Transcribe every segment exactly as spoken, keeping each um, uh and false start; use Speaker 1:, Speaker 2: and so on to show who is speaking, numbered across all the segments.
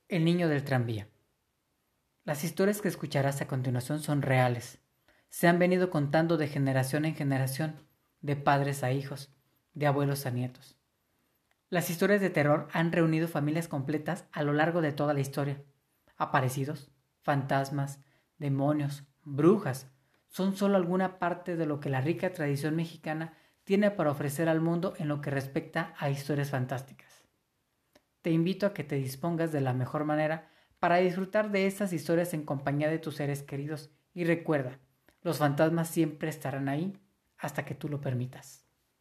Speaker 1: El niño del tranvía. Las historias que escucharás a continuación son reales. Se han venido contando de generación en generación, de padres a hijos, de abuelos a nietos. Las historias de terror han reunido familias completas a lo largo de toda la historia. Aparecidos, fantasmas, demonios, brujas, son solo alguna parte de lo que la rica tradición mexicana tiene para ofrecer al mundo en lo que respecta a historias fantásticas. Te invito a que te dispongas de la mejor manera para disfrutar de estas historias en compañía de tus seres queridos y recuerda, los fantasmas siempre estarán ahí hasta que tú lo permitas.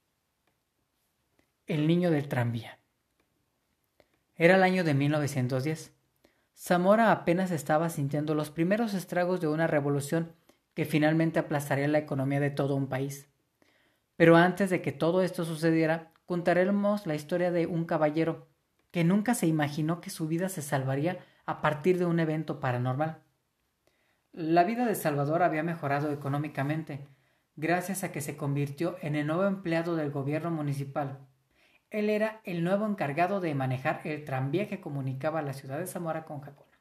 Speaker 1: El niño del tranvía. Era el año de mil novecientos diez. Zamora apenas estaba sintiendo los primeros estragos de una revolución que finalmente aplastaría la economía de todo un país. Pero antes de que todo esto sucediera, contaremos la historia de un caballero que nunca se imaginó que su vida se salvaría a partir de un evento paranormal. La vida de Salvador había mejorado económicamente, gracias a que se convirtió en el nuevo empleado del gobierno municipal. Él era el nuevo encargado de manejar el tranvía que comunicaba la ciudad de Zamora con Jacona.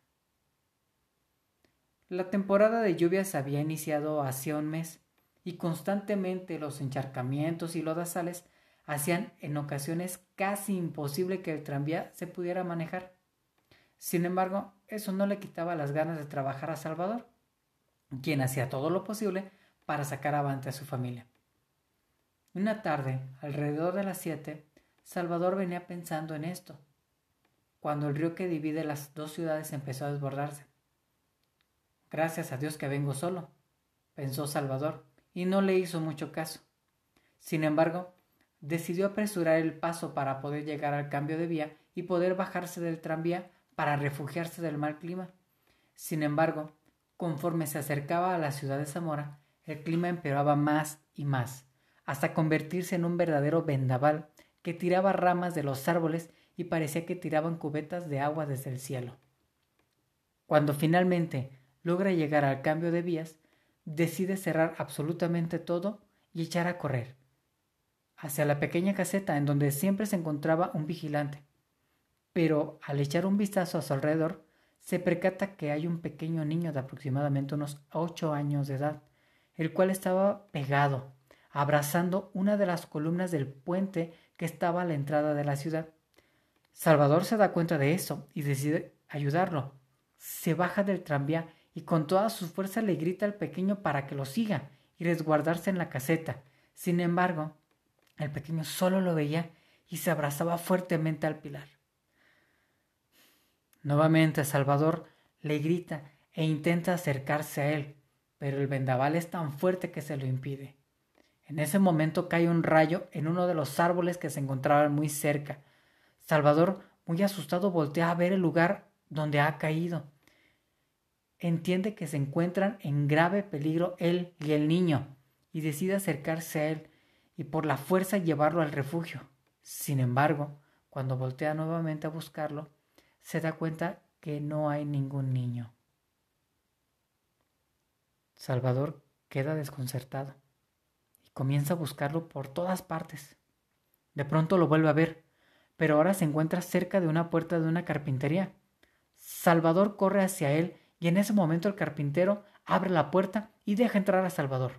Speaker 1: La temporada de lluvias había iniciado hacía un mes y constantemente los encharcamientos y lodazales hacían en ocasiones casi imposible que el tranvía se pudiera manejar. Sin embargo, eso no le quitaba las ganas de trabajar a Salvador, quien hacía todo lo posible para sacar avante a su familia. Una tarde, alrededor de las siete, Salvador venía pensando en esto, cuando el río que divide las dos ciudades empezó a desbordarse. Gracias a Dios que vengo solo, pensó Salvador, y no le hizo mucho caso. Sin embargo, decidió apresurar el paso para poder llegar al cambio de vía y poder bajarse del tranvía para refugiarse del mal clima. Sin embargo, conforme se acercaba a la ciudad de Zamora, el clima empeoraba más y más, hasta convertirse en un verdadero vendaval que tiraba ramas de los árboles y parecía que tiraban cubetas de agua desde el cielo. Cuando finalmente logra llegar al cambio de vías, decide cerrar absolutamente todo y echar a correr hacia la pequeña caseta en donde siempre se encontraba un vigilante. Pero al echar un vistazo a su alrededor, se percata que hay un pequeño niño de aproximadamente unos ocho años de edad, el cual estaba pegado, abrazando una de las columnas del puente que estaba a la entrada de la ciudad. Salvador se da cuenta de eso y decide ayudarlo. Se baja del tranvía y con toda su fuerza le grita al pequeño para que lo siga y resguardarse en la caseta. Sin embargo, el pequeño solo lo veía y se abrazaba fuertemente al pilar. Nuevamente Salvador le grita e intenta acercarse a él, pero el vendaval es tan fuerte que se lo impide. En ese momento cae un rayo en uno de los árboles que se encontraban muy cerca. Salvador, muy asustado, voltea a ver el lugar donde ha caído. Entiende que se encuentran en grave peligro él y el niño y decide acercarse a él y por la fuerza llevarlo al refugio. Sin embargo, cuando voltea nuevamente a buscarlo, se da cuenta que no hay ningún niño. Salvador queda desconcertado y comienza a buscarlo por todas partes. De pronto lo vuelve a ver, pero ahora se encuentra cerca de una puerta de una carpintería. Salvador corre hacia él y en ese momento el carpintero abre la puerta y deja entrar a Salvador.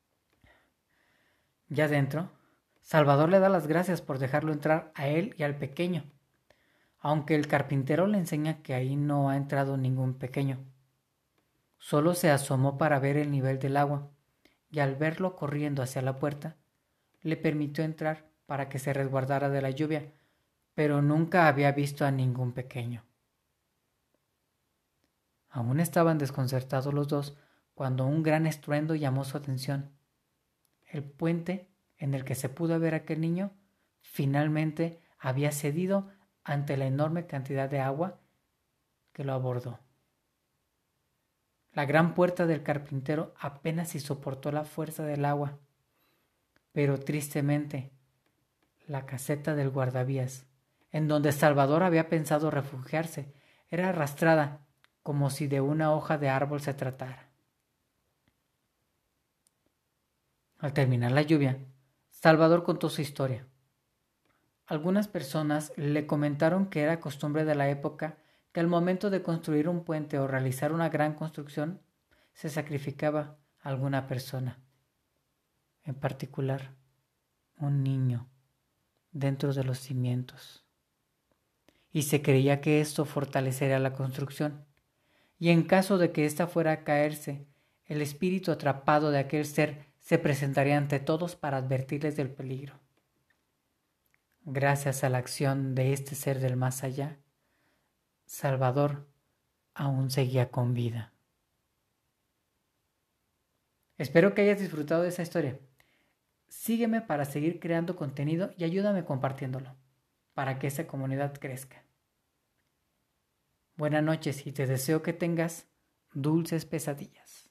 Speaker 1: Ya dentro, Salvador le da las gracias por dejarlo entrar a él y al pequeño, aunque el carpintero le enseña que ahí no ha entrado ningún pequeño. Solo se asomó para ver el nivel del agua y al verlo corriendo hacia la puerta, le permitió entrar para que se resguardara de la lluvia, pero nunca había visto a ningún pequeño. Aún estaban desconcertados los dos cuando un gran estruendo llamó su atención. El puente en el que se pudo ver a aquel niño finalmente había cedido ante la enorme cantidad de agua que lo abordó. La gran puerta del carpintero apenas si soportó la fuerza del agua, pero tristemente la caseta del guardavías, en donde Salvador había pensado refugiarse, era arrastrada como si de una hoja de árbol se tratara. Al terminar la lluvia, Salvador contó su historia. Algunas personas le comentaron que era costumbre de la época que al momento de construir un puente o realizar una gran construcción se sacrificaba a alguna persona, en particular un niño, dentro de los cimientos. Y se creía que esto fortalecería la construcción, y en caso de que ésta fuera a caerse, el espíritu atrapado de aquel ser se presentaría ante todos para advertirles del peligro. Gracias a la acción de este ser del más allá, Salvador aún seguía con vida. Espero que hayas disfrutado de esa historia. Sígueme para seguir creando contenido y ayúdame compartiéndolo, para que esta comunidad crezca. Buenas noches y te deseo que tengas dulces pesadillas.